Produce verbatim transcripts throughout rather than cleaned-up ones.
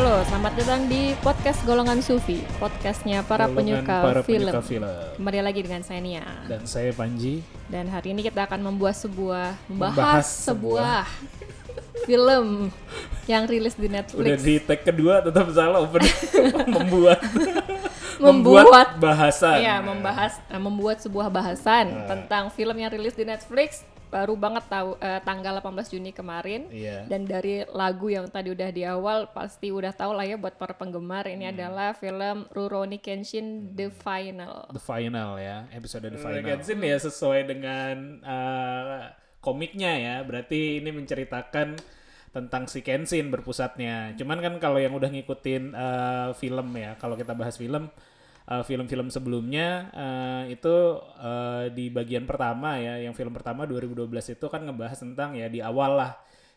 Halo, selamat datang di podcast Golongan Sufi, podcastnya para Golongan penyuka para film. penyuka film. Kembali lagi dengan saya Nia. Dan saya Panji. Dan hari ini kita akan membuat sebuah membahas, Membahas sebuah, film yang rilis di Netflix. Udah di tag kedua tetap salah open membuat membuat bahasan. Iya, membahas uh, membuat sebuah bahasan Nah. tentang film yang rilis di Netflix baru banget tahu uh, tanggal delapan belas Juni kemarin. Iya. Dan dari lagu yang tadi udah di awal pasti udah tahu lah ya buat para penggemar ini Hmm. adalah film Rurouni Kenshin The Final. The Final ya, episode The Final. Kenshin ya sesuai dengan uh, komiknya ya, berarti ini menceritakan tentang si Kenshin berpusatnya. Cuman kan kalau yang udah ngikutin uh, film ya, kalau kita bahas film, uh, film-film sebelumnya uh, itu uh, di bagian pertama ya, yang film pertama dua ribu dua belas itu kan ngebahas tentang ya di awal lah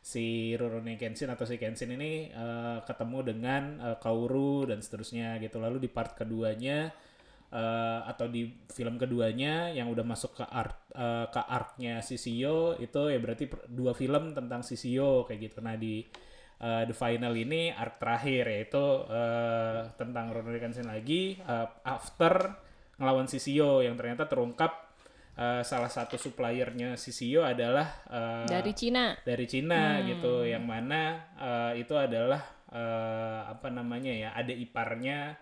si Rurouni Kenshin atau si Kenshin ini uh, ketemu dengan uh, Kaoru dan seterusnya gitu. Lalu di part keduanya uh, atau di film keduanya yang udah masuk ke art uh, ke arc-nya Shishio itu ya berarti per- dua film tentang Shishio kayak gitu. Nah di uh, The Final ini arc terakhir yaitu uh, tentang Rurouni Kenshin lagi uh, after ngelawan Shishio yang ternyata terungkap Uh, salah satu suppliernya Shishio adalah uh, Dari Cina. dari Cina Hmm. gitu, yang mana uh, itu adalah uh, apa namanya ya, adik iparnya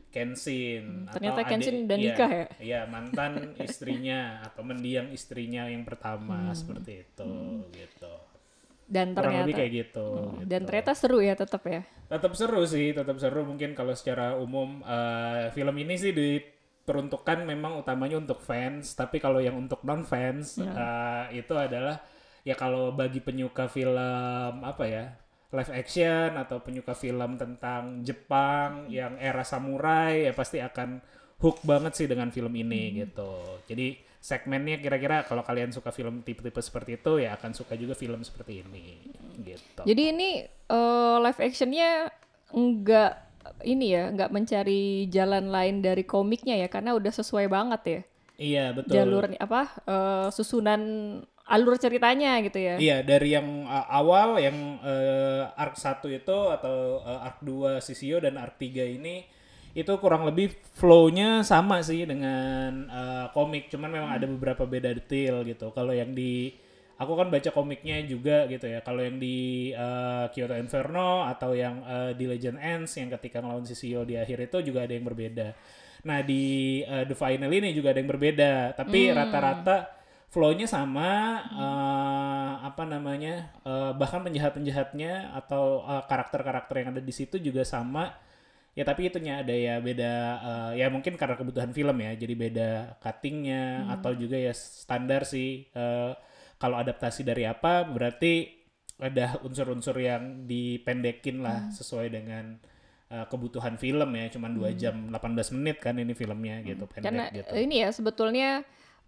Kenshin. Hmm, ternyata atau Kenshin adik- udah iya, nikah ya? Iya, mantan istrinya atau mendiang istrinya yang pertama Hmm. seperti itu gitu. Dan Kurang ternyata lebih kayak gitu. Hmm, gitu. dan ternyata seru ya tetap ya. Tetap seru sih, tetap seru. Mungkin kalau secara umum uh, film ini sih diperuntukkan memang utamanya untuk fans, tapi kalau yang untuk non fans Ya. uh, itu adalah ya kalau bagi penyuka film apa ya, live action atau penyuka film tentang Jepang yang era samurai ya pasti akan hook banget sih dengan film ini gitu. Jadi segmennya kira-kira kalau kalian suka film tipe-tipe seperti itu ya akan suka juga film seperti ini gitu. Jadi ini eh, live actionnya enggak ini ya, enggak mencari jalan lain dari komiknya ya, karena udah sesuai banget ya Iya betul. jalur apa eh, susunan alur ceritanya gitu ya. Iya, dari yang uh, awal yang uh, arc satu itu atau uh, arc dua Shishio dan arc tiga ini itu kurang lebih flow-nya sama sih dengan uh, komik, cuman memang ada beberapa beda detail gitu. Kalau yang di aku kan baca komiknya juga gitu ya. Kalau yang di uh, Kyoto Inferno atau yang uh, di Legend Ends yang ketika ngelawan Shishio di akhir itu juga ada yang berbeda. Nah, di uh, The Final ini juga ada yang berbeda, tapi Hmm. rata-rata flow-nya sama, uh, apa namanya, uh, bahkan penjahat-penjahatnya atau uh, karakter-karakter yang ada di situ juga sama. Ya tapi itunya ada ya beda, uh, ya mungkin karena kebutuhan film ya, jadi beda cuttingnya atau juga ya standar sih. Uh, kalau adaptasi dari apa berarti ada unsur-unsur yang dipendekin lah sesuai dengan uh, kebutuhan film ya, cuman dua jam delapan belas menit kan ini filmnya gitu, pendek Karena gitu. ini ya sebetulnya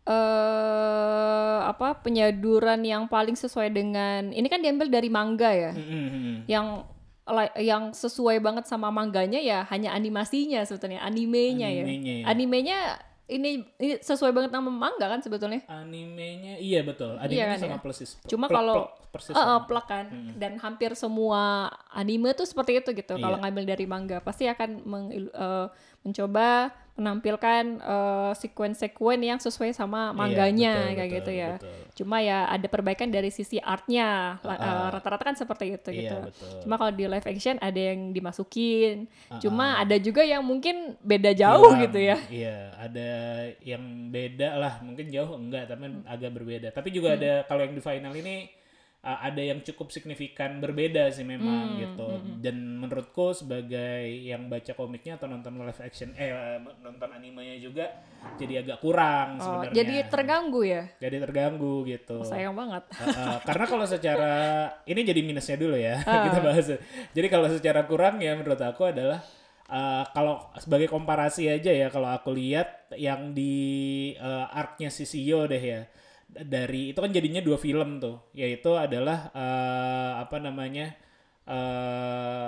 eh apa penyaduran yang paling sesuai dengan ini kan diambil dari manga ya. Mm-mm. Yang la- yang sesuai banget sama manganya ya hanya animasinya sebetulnya, animenya, Animenya ya. ya. Animenya ini, ini sesuai banget sama manga kan sebetulnya. Animenya iya betul, animenya Iya kan sama ya? persis. Cuma plek- kalau plek persis uh, uh, sama. plek kan, dan hampir semua anime tuh seperti itu gitu. Kalau Iya. ngambil dari manga pasti akan meng- uh, mencoba menampilkan uh, sekuen-sekuen yang sesuai sama mangganya betul, kayak betul, gitu ya. betul. Cuma ya ada perbaikan dari sisi artnya. La- Uh-uh. uh, rata-rata kan seperti itu Iya, gitu. betul. Cuma kalau di live action ada yang dimasukin. Uh-uh. Cuma ada juga yang mungkin beda jauh Hilang. gitu ya. Iya, ada yang beda lah, mungkin jauh enggak, tapi agak berbeda. Tapi juga ada kalau yang di Final ini uh, ada yang cukup signifikan berbeda sih memang gitu. Dan menurutku sebagai yang baca komiknya atau nonton live action eh uh, nonton animenya juga jadi agak kurang Oh, sebenarnya. jadi terganggu ya. Jadi terganggu gitu. Oh, sayang banget. Uh, uh, karena kalau secara ini jadi minusnya dulu ya kita bahas. Jadi kalau secara kurang ya menurut aku adalah uh, kalau sebagai komparasi aja ya, kalau aku lihat yang di uh, arc-nya Shishio deh ya, dari itu kan jadinya dua film tuh, yaitu adalah uh, apa namanya uh,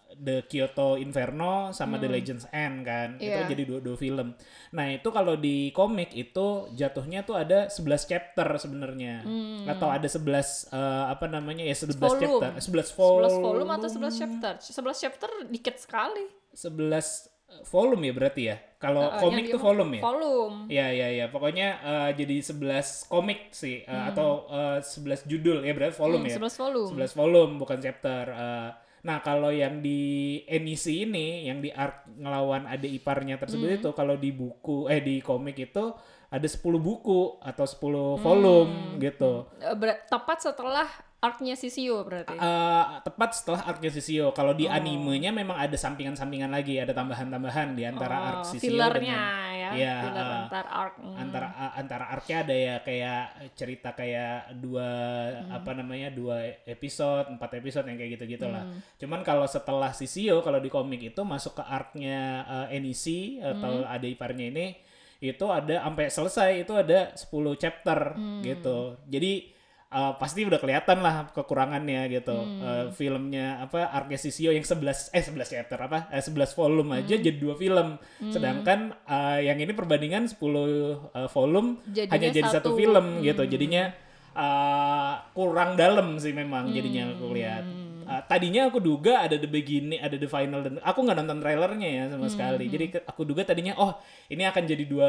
The Kyoto Inferno sama The Legends End kan. Iya. Itu jadi dua dua film. Nah, itu kalau di komik itu jatuhnya tuh ada sebelas chapter sebenarnya. Atau ada sebelas uh, apa namanya ya sebelas Volume. chapter, sebelas volume. sebelas volume atau sebelas chapter? sebelas chapter dikit sekali. sebelas volume ya berarti ya. Kalau Uh, komik yang tuh di- volume ya. Volume. Ya ya ya, pokoknya uh, jadi sebelas komik sih uh, atau uh, sebelas judul ya berarti volume Hmm, ya. sebelas volume. sebelas volume bukan chapter. Uh, nah, kalau yang di N E C ini yang di arc ngelawan adik iparnya tersebut itu kalau di buku eh di komik itu ada sepuluh buku atau sepuluh volume gitu. Eh, ber- tepat setelah arc-nya Sisio berarti. Uh, tepat setelah arc-nya Sisio. Kalau di animenya memang ada sampingan-sampingan lagi, ada tambahan-tambahan di antara Oh, arc Sisio fillernya dengan ya, Iya, filler uh, antar arc. Hmm. antara a- antara arc-nya ada ya kayak cerita kayak dua apa namanya dua episode empat episode yang kayak gitu gitulah. Cuman kalau setelah Sisio kalau di komik itu masuk ke arc-nya uh, N E C atau ada iparnya ini itu ada sampai selesai itu ada sepuluh chapter gitu. Jadi uh, pasti udah kelihatan lah kekurangannya gitu. Uh, filmnya apa arc-nya Sisio yang sebelas eh sebelas chapter apa eh, sebelas volume aja jadi dua film. Sedangkan uh, yang ini perbandingan sepuluh uh, volume Jadinya hanya jadi satu, satu. film gitu. Jadinya uh, kurang dalam sih memang jadinya aku lihat. Uh, tadinya aku duga ada the beginning, ada the final dan aku nggak nonton trailernya ya sama sekali. Jadi ke- aku duga tadinya oh ini akan jadi dua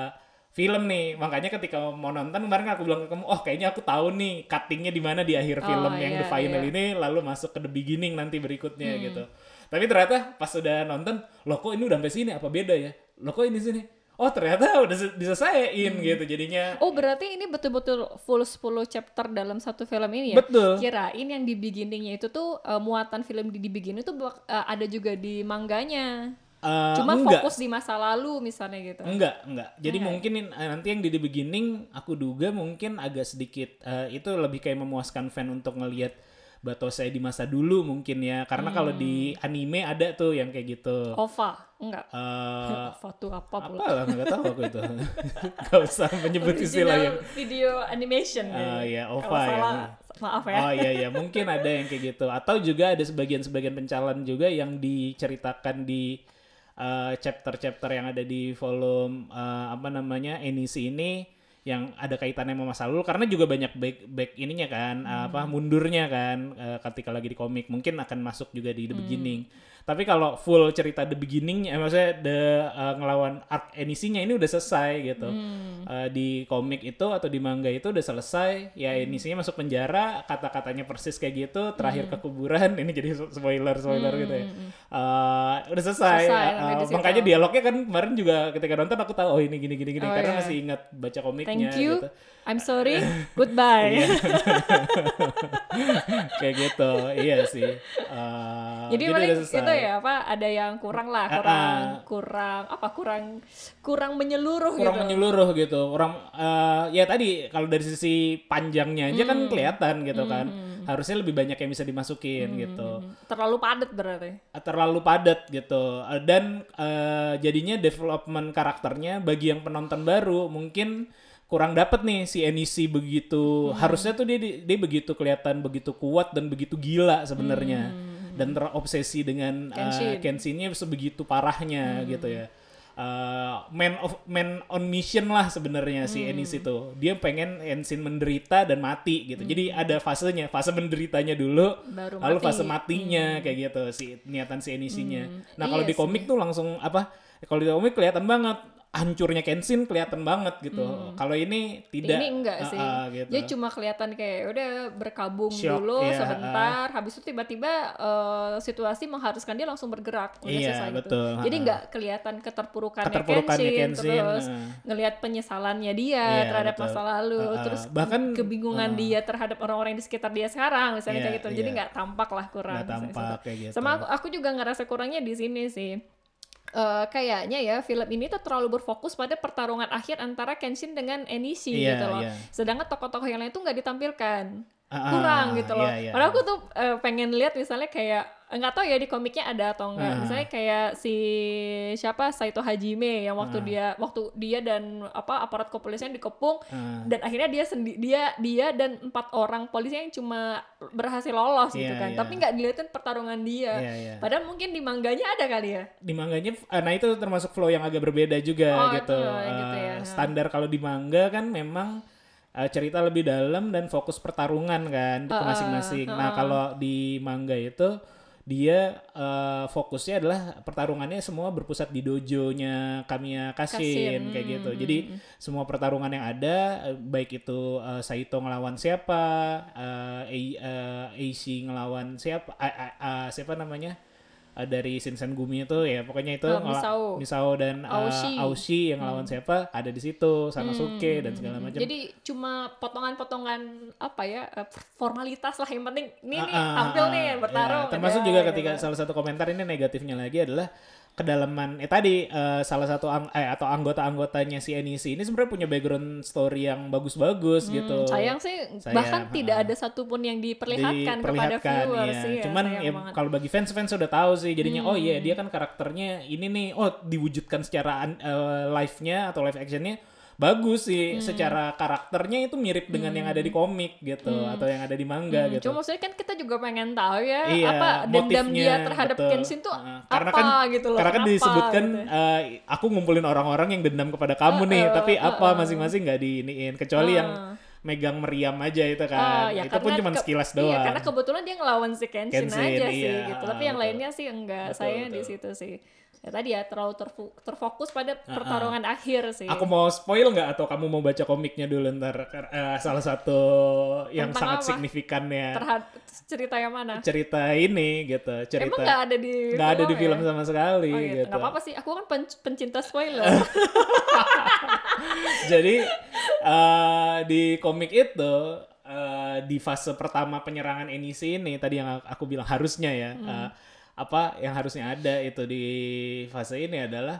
film nih. Makanya ketika mau nonton kemarin aku bilang ke kamu, oh kayaknya aku tahu nih cuttingnya di mana di akhir Oh, film yang iya, the final iya. ini lalu masuk ke the beginning nanti berikutnya gitu. Tapi ternyata pas udah nonton, loh kok ini udah sampai sini apa beda ya? Loh kok ini sini? Oh ternyata udah se- diselesain gitu jadinya. Oh berarti ini betul-betul full sepuluh chapter dalam satu film ini ya? Betul. Kirain yang di beginningnya itu tuh uh, muatan film di, di beginning itu bak- uh, ada juga di mangganya. Eh, Cuma enggak. fokus di masa lalu misalnya gitu. Enggak, enggak. Jadi Enggak. mungkin in- eh, nanti yang di the beginning aku duga mungkin agak sedikit eh, itu lebih kayak memuaskan fan untuk ngelihat Batosai di masa dulu mungkin ya. Karena kalau di anime ada tuh yang kayak gitu. Ova, enggak. Eh Ova tuh apa pula? apa lah nggak tahu aku itu. Gak usah menyebut istilah yang Original video animation. Ah, ya. ya, Kalau Ova ya. salah, maaf ya. Oh iya iya mungkin ada yang kayak gitu atau juga ada sebagian-sebagian pencalan juga yang diceritakan di uh, chapter-chapter yang ada di volume uh, apa namanya N E C ini yang ada kaitannya sama masa lalu karena juga banyak back back ininya kan uh, apa mundurnya kan uh, ketika lagi di komik mungkin akan masuk juga di the beginning. Tapi kalau full cerita the beginning, eh, maksudnya the uh, ngelawan arc N E C-nya ini udah selesai gitu. Uh, di komik itu atau di manga itu udah selesai. Ya N E C-nya masuk penjara, kata-katanya persis kayak gitu, terakhir ke kuburan. Ini jadi spoiler spoiler gitu ya. Uh, udah selesai. Selesai, Uh, sampai di situ. makanya dialognya kan kemarin juga ketika nonton aku tahu oh ini gini gini gini Oh, karena iya. masih ingat baca komiknya Thank you. gitu. I'm sorry. Goodbye. Iya. Kayak gitu. Iya sih. Uh, Jadi paling udah selesai. itu ya apa ada yang kurang lah, Ah, kurang ah. kurang apa kurang kurang menyeluruh kurang gitu. menyeluruh gitu. Orang eh, ya tadi kalau dari sisi panjangnya aja kan kelihatan gitu kan. Harusnya lebih banyak yang bisa dimasukin gitu. Terlalu padat berarti. Terlalu padat gitu. Eh, Dan eh, jadinya development karakternya bagi yang penonton baru mungkin kurang dapet nih si N E C begitu. Harusnya tuh dia dia begitu kelihatan begitu kuat dan begitu gila sebenarnya. Dan terobsesi dengan eh, Kenshin. Kenshinnya sebegitu parahnya gitu ya. Uh, man of man on mission lah sebenarnya si Enis itu. Dia pengen Ensin menderita dan mati gitu. Jadi ada fasenya, fase menderitanya dulu, Baru lalu mati. fase matinya kayak gitu si niatan si Enisinya. Nah, kalau Iya di komik tuh langsung apa? Kalau di komik kelihatan banget hancurnya Kenshin kelihatan banget gitu. Kalau ini tidak. Ini enggak uh, sih. uh, gitu. Dia cuma kelihatan kayak udah berkabung Shock, dulu iya, sebentar, habis itu tiba-tiba eh, situasi mengharuskan dia langsung bergerak. Udah Iya, selesai gitu. betul, Jadi ha-ha. nggak kelihatan keterpurukannya, Keterpurukannya Kenshin, Kenshin, terus nah. ngelihat penyesalannya dia Iya, terhadap betul. masa lalu, Ha-ha. terus Bahkan, kebingungan ha-ha. dia terhadap orang-orang di sekitar dia sekarang, misalnya Iya, kayak gitu. Jadi iya. nggak tampak lah kurang. Nggak misalnya tampak situ. kayak gitu. Sama aku, aku juga ngerasa kurangnya di sini sih. Eh, kayaknya ya film ini tuh terlalu berfokus pada pertarungan akhir antara Kenshin dengan Enishi Iya, gitu loh. iya. Sedangkan tokoh-tokoh yang lain tuh nggak ditampilkan. Ah, Kurang gitu loh. iya, iya. Padahal aku tuh eh, pengen lihat misalnya kayak nggak tahu ya di komiknya ada atau enggak. Ah. Misalnya kayak si siapa Saito Hajime yang waktu Ah. dia waktu dia dan apa aparat kepolisian dikepung Ah. dan akhirnya dia sendi dia dia dan empat orang polisi yang cuma berhasil lolos gitu Iya, kan. iya. Tapi nggak dilihatin pertarungan dia. Iya, iya. Padahal mungkin di mangganya ada kali ya. Di manganya, eh, nah itu termasuk flow yang agak berbeda juga Oh, gitu. itu, gitu Eh, ya. Standar kalau di manga kan memang eh, cerita lebih dalam dan fokus pertarungan kan ke Uh, uh, masing-masing. uh, Nah uh. kalau di manga itu dia eh, fokusnya adalah pertarungannya semua berpusat di dojonya Kamiya Kashin, Kashin, kayak hmm, gitu. hmm, Jadi hmm. semua pertarungan yang ada, eh, baik itu eh, Saito ngelawan siapa, eh Ei- eh, Eishi ngelawan siapa, eh, eh, eh, siapa namanya? Eh, dari Shinsen Gumi itu ya pokoknya itu Oh, ngela- Misao. Misao dan eh, Aoshi. Aoshi yang ngelawan siapa ada di situ, Sanosuke dan segala macam. Jadi cuma potongan-potongan apa ya eh, formalitas lah yang penting ini nih Ah, ah, tampil ah, nih ah. bertarung. Ya, termasuk udah, juga gitu. ketika salah satu komentar ini negatifnya lagi adalah kedalaman eh tadi eh, salah satu ang- eh atau anggota-anggotanya si N E C ini sebenarnya punya background story yang bagus-bagus gitu. Hmm, sayang sih Sayang, bahkan ha-ha. tidak ada satupun yang diperlihatkan, kepada Diperlihatkan, viewers iya. sih. Cuman ya kalau bagi fans-fans sudah tahu sih jadinya oh iya dia kan karakternya ini nih oh diwujudkan secara an- eh, live-nya atau live action-nya bagus sih secara karakternya itu mirip dengan yang ada di komik gitu atau yang ada di manga gitu. Cuma maksudnya kan kita juga pengen tahu ya Iya, apa dendam motifnya, dia terhadap betul. Kenshin tuh Uh, apa karena kan, gitu loh. Karena kan kenapa, disebutkan gitu. eh, aku ngumpulin orang-orang yang dendam kepada kamu nih, Uh, uh, tapi uh, apa uh. masing-masing nggak diiniin kecuali Uh. yang megang meriam aja itu Oh, kan. ya, itu pun karena cuma ke- sekilas Iya, doang. karena kebetulan dia ngelawan si Kenshin, Kenshin, aja sih iya, gitu. Tapi yang betul. lainnya sih enggak. Betul, Saya di betul. situ sih. Ya tadi ya terlalu terfu- terfokus pada pertarungan akhir sih. Aku mau spoil nggak atau kamu mau baca komiknya dulu ntar eh, salah satu yang Tentang sangat apa? signifikannya Terhad- cerita yang mana? cerita ini gitu. Cerita Emang nggak ada di nggak ada di ya? film sama sekali Oh, gitu. gitu. Nggak apa-apa sih. Aku kan pen- pencinta spoiler. Jadi eh, di komik itu eh, di fase pertama penyerangan N E C ini tadi yang aku bilang harusnya ya eh, apa yang harusnya ada itu di fase ini adalah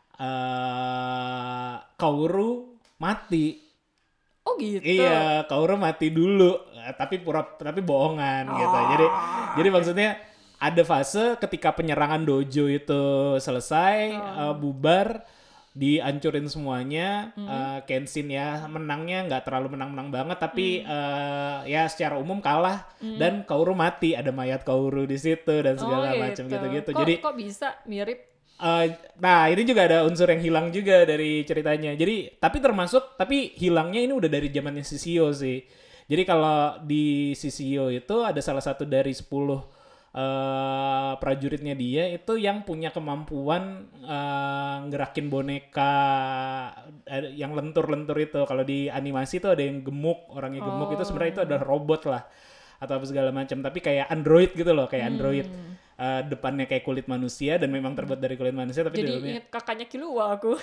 eh Kaoru mati. Oh gitu. Iya, Kaoru mati dulu, eh, tapi pura tapi bohongan gitu. Jadi jadi maksudnya ada fase ketika penyerangan dojo itu selesai, eh, bubar, dihancurin semuanya. eh, Kenshin ya menangnya nggak terlalu menang-menang banget, tapi eh, ya secara umum kalah dan Kaoru mati. Ada mayat Kaoru di situ dan segala Oh, macam gitu-gitu. Kok, Jadi kok bisa mirip? Uh, nah ini juga ada unsur yang hilang juga dari ceritanya. Jadi tapi termasuk tapi hilangnya ini udah dari zamannya Shishio sih. Jadi kalau di Shishio itu ada salah satu dari sepuluh uh, prajuritnya dia itu yang punya kemampuan uh, ngerakin boneka uh, yang lentur-lentur itu. Kalau di animasi itu ada yang gemuk, orangnya gemuk itu sebenarnya itu adalah robot lah atau apa segala macam. Tapi kayak android gitu loh, kayak android. Uh, depannya kayak kulit manusia dan memang terbuat dari kulit manusia tapi Jadi di dalamnya inget kakaknya Killua aku.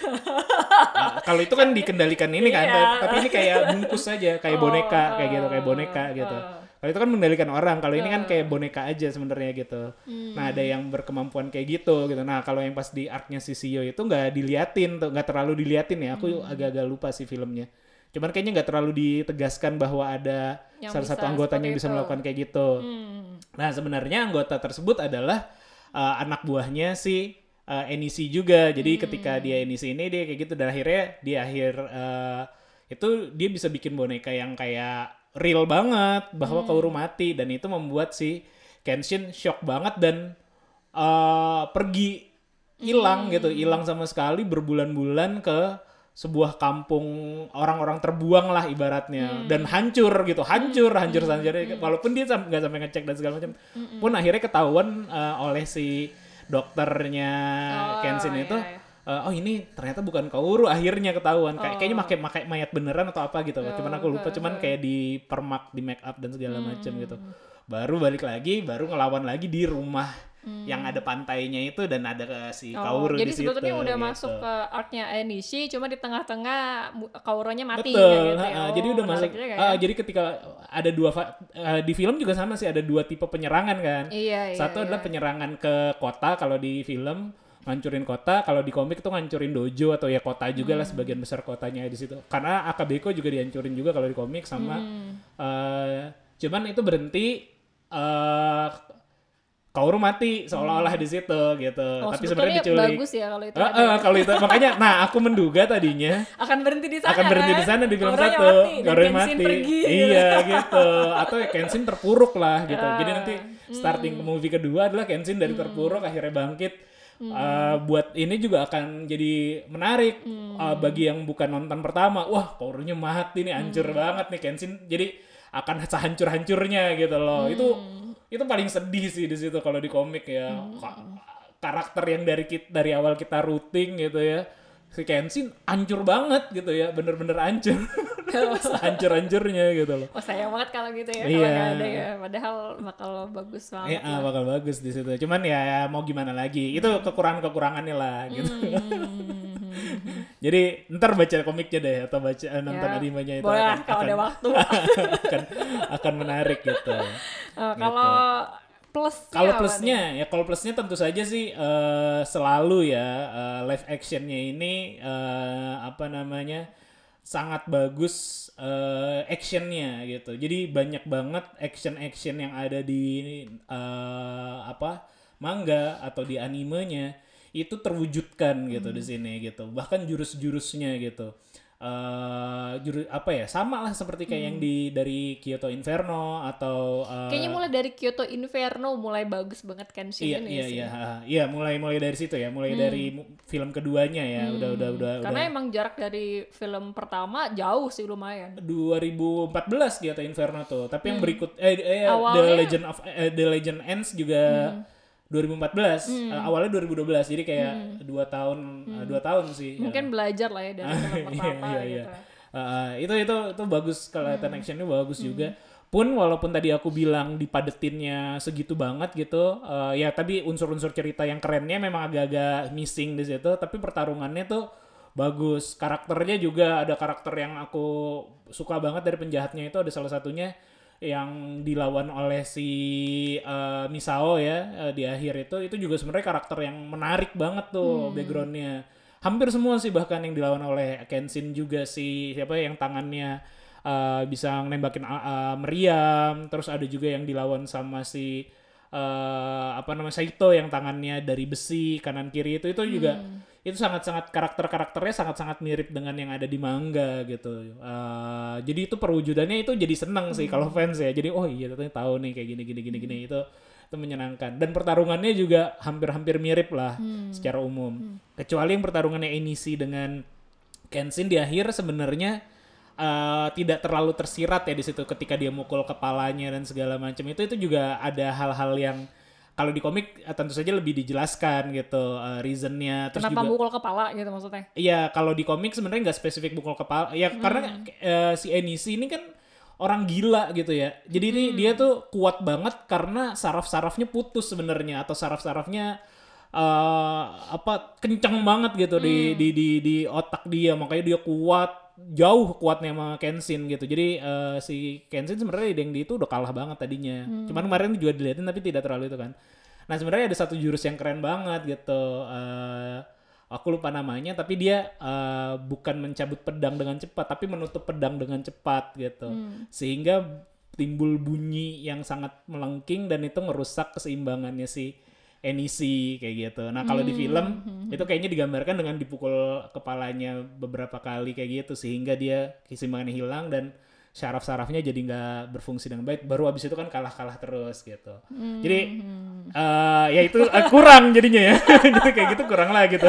uh, kalau itu kan dikendalikan ini kan Iya. tapi ini kayak bungkus aja kayak Oh, boneka kayak gitu kayak boneka uh, gitu. uh. Kalau itu kan mengendalikan orang, kalau ini kan kayak boneka aja sebenarnya gitu. Hmm. Nah ada yang berkemampuan kayak gitu gitu. Nah kalau yang pas di arc-nya Shishio itu nggak diliatin tuh, nggak terlalu diliatin ya. Aku Hmm. agak-agak lupa sih filmnya. Cuman kayaknya nggak terlalu ditegaskan bahwa ada Yang salah satu bisa anggotanya yang seperti bisa itu. melakukan kayak gitu. Hmm. Nah sebenarnya anggota tersebut adalah uh, anak buahnya si uh, N E C juga. Jadi ketika dia N E C ini dia kayak gitu dan akhirnya di akhir uh, itu dia bisa bikin boneka yang kayak real banget bahwa Kaoru mati dan itu membuat si Kenshin shock banget dan uh, pergi hilang gitu, hilang sama sekali berbulan-bulan ke sebuah kampung orang-orang terbuang lah ibaratnya dan hancur gitu hancur hancur hancur walaupun dia sam- nggak sampai ngecek dan segala macam pun akhirnya ketahuan uh, oleh si dokternya Oh, Kenshin iya, itu iya. uh, oh ini ternyata bukan Kaoru akhirnya ketahuan kayak Oh. kayaknya pakai pakai mayat beneran atau apa gitu Oh, cuman aku lupa oh, cuman oh. kayak di permak di make up dan segala macam gitu baru balik lagi baru ngelawan lagi di rumah yang ada pantainya itu dan ada ke si Oh, Kaoru jadi di situ sebetulnya udah gitu. masuk ke arc-nya Enishi, cuma di tengah-tengah mu- Kaorunya mati Betul, kayak gitu ya. ha-ha. Oh, jadi udah menarik masuk. juga ah, ya. jadi ketika ada dua fa- ah, di film juga sama sih ada dua tipe penyerangan kan. Iya, iya, Satu iya. adalah penyerangan ke kota kalau di film ngancurin kota, kalau di komik itu ngancurin dojo atau ya kota juga lah Hmm. sebagian besar kotanya di situ. Karena Akabeko juga dihancurin juga kalau di komik sama. Hmm. eh, cuman itu berhenti eh, Kaoru mati seolah-olah di situ gitu. Oh, Tapi sebenarnya sebetulnya diculik. bagus ya kalau itu Eh, ada eh, ya. kalau itu makanya, nah aku menduga tadinya Akan berhenti di sana akan berhenti di kan? sana di film Kaorunya satu, mati, dan Kaorunya Kenshin mati, pergi gitu. iya gitu, atau ya Kenshin terpuruk lah gitu. Jadi nanti Ah, starting hmm, movie kedua adalah Kenshin dari terpuruk akhirnya bangkit. Uh, buat ini juga akan jadi menarik uh, bagi yang bukan nonton pertama. Wah, Kaorunya mati nih, hancur banget nih Kenshin. Jadi akan sehancur-hancurnya gitu loh. Itu itu paling sedih sih di situ kalau di komik ya. Ka- karakter yang dari kit- dari awal kita rooting gitu ya. Si Kenshin hancur banget gitu ya, bener-bener hancur. Hancur-hancurnya gitu loh. oh sayang banget kalau gitu ya, kalau Iya. nggak ada ya. Padahal bakal bagus Ya, banget ah, lah. bakal bagus di situ. Cuman ya mau gimana lagi? Itu kekurangan-kekurangannya lah gitu. Hmm. Jadi ntar baca komiknya deh atau baca eh, nonton Ya, animenya itu boleh akan, lah kalau akan, ada waktu. akan akan menarik gitu. Eh, kalau plusnya Kalau apa plusnya nih? ya kalau plusnya tentu saja sih eh, selalu ya eh, live actionnya ini eh, apa namanya sangat bagus eh, actionnya gitu. Jadi banyak banget action-action yang ada di eh, apa manga atau di animenya itu terwujudkan gitu di sini gitu. Bahkan jurus-jurusnya gitu. Eh jurus apa ya? Sama lah seperti kayak yang di dari Kyoto Inferno atau eh, Kayaknya mulai dari Kyoto Inferno mulai bagus banget Kenshin iya ini iya sih. iya ha, ha. Iya mulai mulai dari situ ya mulai dari mu- film keduanya ya udah udah udah Karena udah emang jarak dari film pertama jauh sih lumayan. dua ribu empat belas dia atau Inferno tuh tapi yang berikut eh, eh The Awalnya- Legend of eh, The Legend Ends juga dua ribu empat belas Eh, awalnya dua ribu dua belas jadi kayak dua tahun eh, dua tahun sih ya. Mungkin belajar lah ya dari film pertama Iya, iya, gitu. iya. Uh, itu itu itu bagus kelihatan actionnya bagus juga. Pun walaupun tadi aku bilang dipadetinnya segitu banget gitu, uh, ya tapi unsur-unsur cerita yang kerennya memang agak-agak missing di situ. Tapi pertarungannya tuh bagus. Karakternya juga ada karakter yang aku suka banget dari penjahatnya itu ada salah satunya yang dilawan oleh si uh, Misao ya uh, di akhir itu itu juga sebenarnya karakter yang menarik banget tuh backgroundnya hampir semua sih bahkan yang dilawan oleh Kenshin juga si siapa ya, yang tangannya uh, bisa nembakin uh, uh, meriam terus ada juga yang dilawan sama si uh, apa namanya Saito yang tangannya dari besi kanan kiri itu itu juga itu sangat-sangat karakter-karakternya sangat-sangat mirip dengan yang ada di manga gitu. Uh, jadi itu perwujudannya itu jadi seneng sih kalau fans ya. Jadi oh iya ternyata tahu nih kayak gini gini gini gini itu itu menyenangkan dan pertarungannya juga hampir-hampir mirip lah secara umum. Kecuali yang pertarungannya Enishi dengan Kenshin di akhir sebenarnya uh, tidak terlalu tersirat ya di situ ketika dia mukul kepalanya dan segala macam itu itu juga ada hal-hal yang kalau di komik uh, tentu saja lebih dijelaskan gitu uh, reasonnya terus Kenapa juga mukul kepala gitu maksudnya? iya kalau di komik sebenarnya nggak spesifik mukul kepala ya karena uh, si Enishi ini kan orang gila gitu ya jadi ini dia tuh kuat banget karena saraf-sarafnya putus sebenarnya atau saraf-sarafnya uh, apa kencang banget gitu di, di di di otak dia makanya dia kuat jauh kuatnya sama Kenshin gitu jadi uh, si Kenshin sebenarnya yang di itu udah kalah banget tadinya cuman kemarin juga dilihatin tapi tidak terlalu itu kan nah sebenarnya ada satu jurus yang keren banget gitu uh, aku lupa namanya tapi dia uh, bukan mencabut pedang dengan cepat tapi menutup pedang dengan cepat gitu sehingga timbul bunyi yang sangat melengking dan itu ngerusak keseimbangannya si Enishi kayak gitu. Nah kalau di film itu kayaknya digambarkan dengan dipukul kepalanya beberapa kali kayak gitu sehingga dia keseimbangannya hilang dan saraf-sarafnya jadi nggak berfungsi dengan baik. Baru abis itu kan kalah-kalah terus gitu. Jadi uh, ya itu uh, kurang jadinya ya. Jadi kayak gitu kurang lah gitu.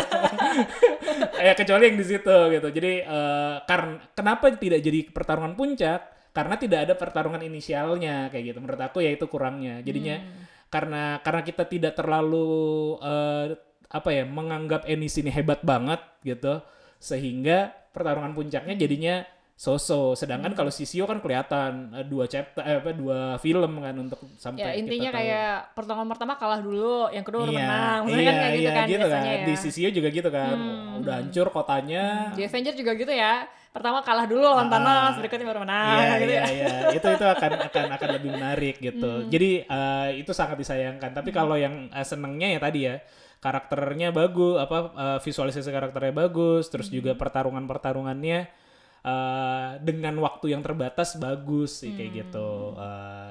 Ya kecuali yang di situ gitu. Jadi uh, karena kenapa tidak jadi pertarungan puncak? Karena tidak ada pertarungan inisialnya kayak gitu. Menurut aku ya itu kurangnya. Jadinya karena karena kita tidak terlalu uh, apa ya menganggap Enishi ini hebat banget gitu sehingga pertarungan puncaknya jadinya so-so sedangkan kalau Sisio kan kelihatan uh, dua chapter eh, apa dua film kan untuk sampai Ya intinya kita tahu. kayak pertemuan pertama kalah dulu, yang kedua udah iya, menang. Maksudnya iya, kan kayak gitu iya, kan gitu biasanya kan. ya. Di Sisio juga gitu kan udah hancur kotanya. Di Avenger juga gitu ya. Pertama kalah dulu lawan Thanos, berikutnya baru menang Iya, gitu iya, ya. iya. Itu itu akan akan akan lebih menarik gitu. Jadi uh, itu sangat disayangkan. Tapi kalau yang uh, senengnya ya tadi ya karakternya bagus, apa uh, visualisasi karakternya bagus, terus juga pertarungan-pertarungannya uh, dengan waktu yang terbatas bagus sih kayak gitu. Uh,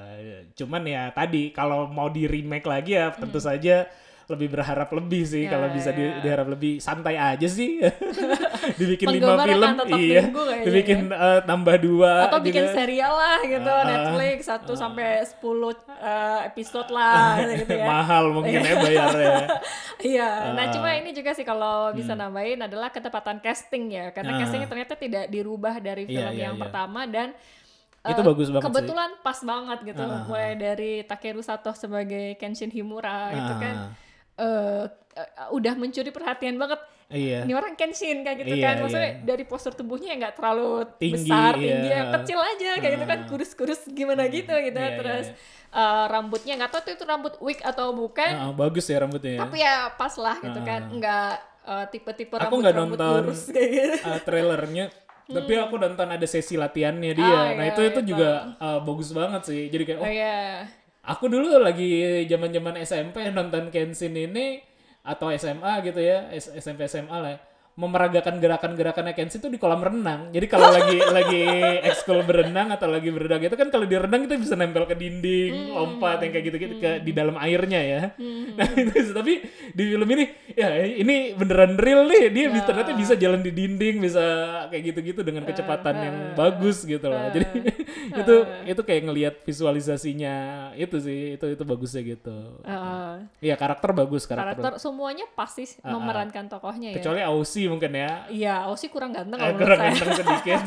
Cuman ya tadi kalau mau di remake lagi ya tentu Hmm. saja lebih berharap lebih sih. Ya, Kalau bisa di, ya. diharap lebih, santai aja sih. Dibikin lima Penggemar film, akan tetap iya. nunggu kayaknya Dibikin ya. eh, tambah dua Atau gitu. bikin serial lah gitu, Ah, ah, Netflix satu sampai sepuluh eh, episode lah gitu ya. Mahal mungkin ya bayarnya. Iya, nah Ah, cuma ini juga sih kalau bisa hmm. nambahin adalah ketepatan casting ya, karena castingnya Ah, ternyata tidak dirubah dari iya film iya yang iya. pertama dan Itu eh, bagus banget sih. kebetulan pas banget gitu, Ah, ah, mulai ah. dari Takeru Sato sebagai Kenshin Himura itu kan Ah, eh eh, udah mencuri perhatian banget. Ini iya. orang Kenshin kayak gitu Iya kan, iya. maksudnya dari postur tubuhnya yang nggak terlalu Tinggi, besar, iya. tinggi, yang kecil aja kayak gitu kan, Ah, kurus-kurus gimana gitu gitu. iya iya Terus iya. eh, rambutnya nggak tahu tuh itu rambut wig atau bukan, Ah, ah, bagus ya rambutnya ya. tapi ya pas lah gitu Ah, kan, ah. nggak eh, tipe-tipe Aku nggak rambut-rambut nonton lurus kayak gitu. uh, trailernya, tapi aku nonton ada sesi latihannya dia. Ah Nah ya itu itu itu. juga uh, bagus banget sih. Jadi kayak Oh oh, ya. aku dulu lagi zaman-zaman S M P nonton Kenshin ini atau S M A gitu ya, S- SMP S M A lah. Memeragakan gerakan-gerakannya Kenshin itu di kolam renang. Jadi kalau lagi lagi ekskul berenang atau lagi berenang itu kan kalau di renang kita bisa nempel ke dinding, lompat yang kayak gitu-gitu ke di dalam airnya ya. Nah itu tapi di film ini ya ini beneran real nih, dia bisa, ternyata bisa jalan di dinding, bisa kayak gitu-gitu dengan kecepatan yang bagus gitu loh. Jadi itu itu kayak ngelihat visualisasinya itu sih, itu itu bagusnya gitu. Eh, Iya karakter bagus karakter. karakter semuanya pasti Ah, ah. memerankan tokohnya ya. Kecuali Aussie mungkin ya. Iya, Aussie kurang ganteng Eh, kalau menurut kurang saya. ganteng sedikit.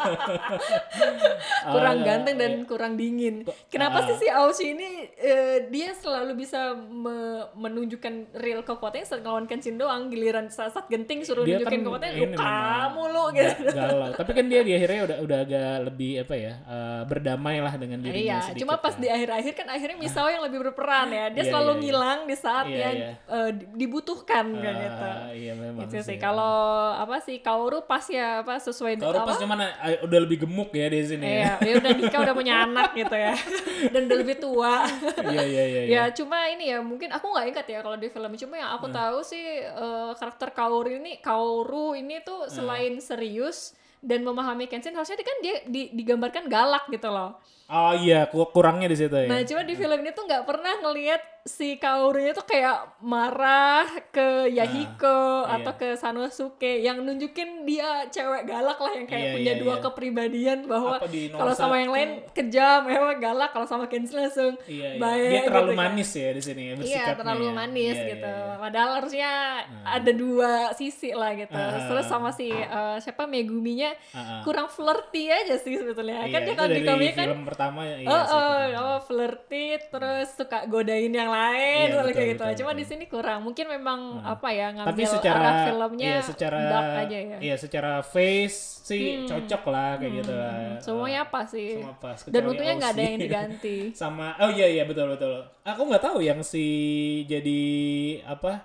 Kurang Ah, ganteng dan iya. kurang dingin. Kenapa ah. sih si Aussie ini eh, dia selalu bisa me- menunjukkan real kekuatannya saat ngelawan Kenshin doang, giliran saat, saat genting suruh Dia nunjukin kan kekuatannya ini luka memang mulu gitu. ga- galau. Tapi kan dia di akhirnya udah udah agak lebih apa ya, eh, berdamai lah dengan dirinya Iya, sedikit. cuma pas ya. di akhir-akhir kan akhirnya Misao yang lebih berperan ya. Dia Iya, selalu iya, iya. ngilang di saat Iya, yang iya. eh, di- dibutuhkan kayak Ah, gitu. iya memang Itu sih. sih. Kalau apa sih Kaoru pas ya apa sesuai Kalau apa? pas cuman eh, udah lebih gemuk ya di sini. Iya, dia udah nikah udah punya anak gitu ya. Dan udah lebih tua. Iya iya iya. Ya cuma ini ya mungkin aku nggak ingat ya kalau di film, cuma yang aku tahu sih eh, karakter Kaoru ini Kaoru ini tuh selain serius dan memahami Kenshin, harusnya dia kan dia di- digambarkan galak gitu loh. Oh iya, ku- kurangnya di situ ya. Nah cuma di film ini tuh nggak pernah ngelihat si Kaorunya tuh kayak marah ke Yahiko iya. atau ke Sanosuke yang nunjukin dia cewek galak lah, yang kayak Iya, punya iya, dua iya. kepribadian bahwa Apa di nomor kalau sama yang satu? lain kejam, ya galak, kalau sama Kenshin langsung Iya, iya. baik. Dia terlalu gitu kan. manis ya di sini ya, Iya bersikapnya terlalu ya. manis Iya, gitu. iya, iya. Padahal harusnya ada dua sisi lah gitu. Ah. Terus sama si eh, siapa Meguminya Ah, ah. kurang flirty aja sih sebetulnya. Iya, Kan dia itu kalau di dari komik kan film pertama ya. Iya, oh, sih, oh, pertama. oh, flirty terus suka godain yang lain, Iya, selalu betul, kayak gitu. betul, Cuma betul. di sini kurang. Mungkin memang apa ya ngambil Tapi secara arah filmnya iya, secara dark aja ya. Iya, secara face sih cocok lah kayak gitu lah. Semuanya Eh, apa sih? semua pas, Dan kecuali untungnya nggak ada Aussie. yang diganti. Sama oh iya iya betul betul. Aku nggak tahu yang si jadi apa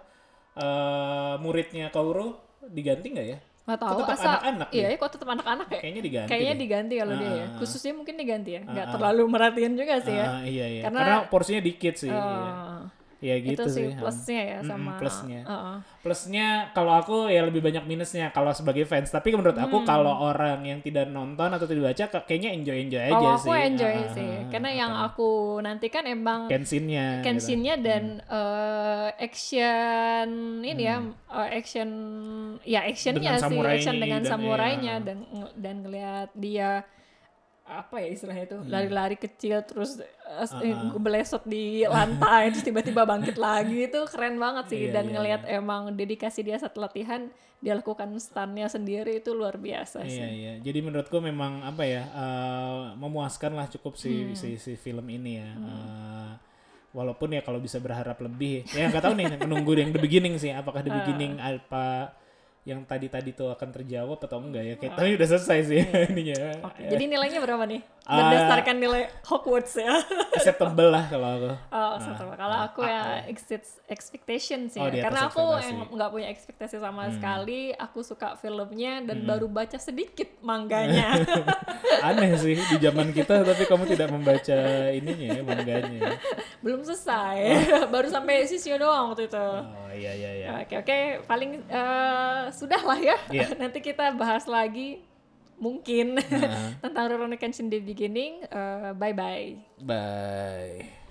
eh muridnya Kaoru diganti nggak ya? Nggak tahu Tetap asal anak-anak iya ya? kok tetap anak-anak ya. Kayaknya diganti. Kayaknya deh. diganti kalau dia ya. Ah, ah, Khususnya mungkin diganti ya. Nggak Ah, ah. terlalu merhatiin juga sih ya. Ah, iya iya. Karena- Karena, porsinya dikit sih. Oh, iya. Ya gitu itu sih sih. plusnya ya Mm-mm, sama plusnya. Heeh. Plusnya kalau aku ya lebih banyak minusnya kalau sebagai fans. Tapi menurut Hmm. aku kalau orang yang tidak nonton atau tidak baca ka- kayaknya enjoy-enjoy aja Kalau sih. aku enjoy Ah, ah, sih, ah, karena ah, yang karena aku nantikan emang Kenshin-nya. gitu. Kenshin-nya dan eh, action ini ya, eh, action ya actionnya Dengan sih, samurai action dengan dan- samurainya iya. dan dan ngelihat dia apa ya istilahnya itu Hmm. lari-lari kecil terus eh, Uh-uh. belesot di lantai terus tiba-tiba bangkit lagi, itu keren banget sih. Iya, Dan iya, ngelihat emang dedikasi dia saat latihan, dia lakukan stunnya sendiri, itu luar biasa Iya sih. iya. Jadi menurutku memang apa ya eh, memuaskan lah cukup si Hmm. si, si film ini ya. Eh, walaupun ya kalau bisa berharap lebih, ya nggak tahu nih menunggu yang the beginning sih. Apakah the Ah. beginning apa yang tadi-tadi tuh akan terjawab atau enggak ya? Kayak, tapi udah selesai sih ininya. Oke, jadi nilainya berapa nih? Ah. Berdasarkan nilai Hogwarts ya. Acceptable lah kalau aku. Oh, satu. Kalau ah, aku ya exceeds expectation sih Oh, ya. di atas Karena aku ekspektasi. yang nggak punya ekspektasi sama Hmm. sekali. Aku suka filmnya dan baru baca sedikit manganya. Aneh sih di zaman kita, tapi kamu tidak membaca ininya ya, manganya. Belum selesai. Baru sampai Shisho doang waktu itu. Oh iya iya iya. Oke, oke. Paling eh, sudah lah ya. Iya. Nanti kita bahas lagi mungkin tentang Rurouni Kenshin di beginning. Uh, bye bye. Bye.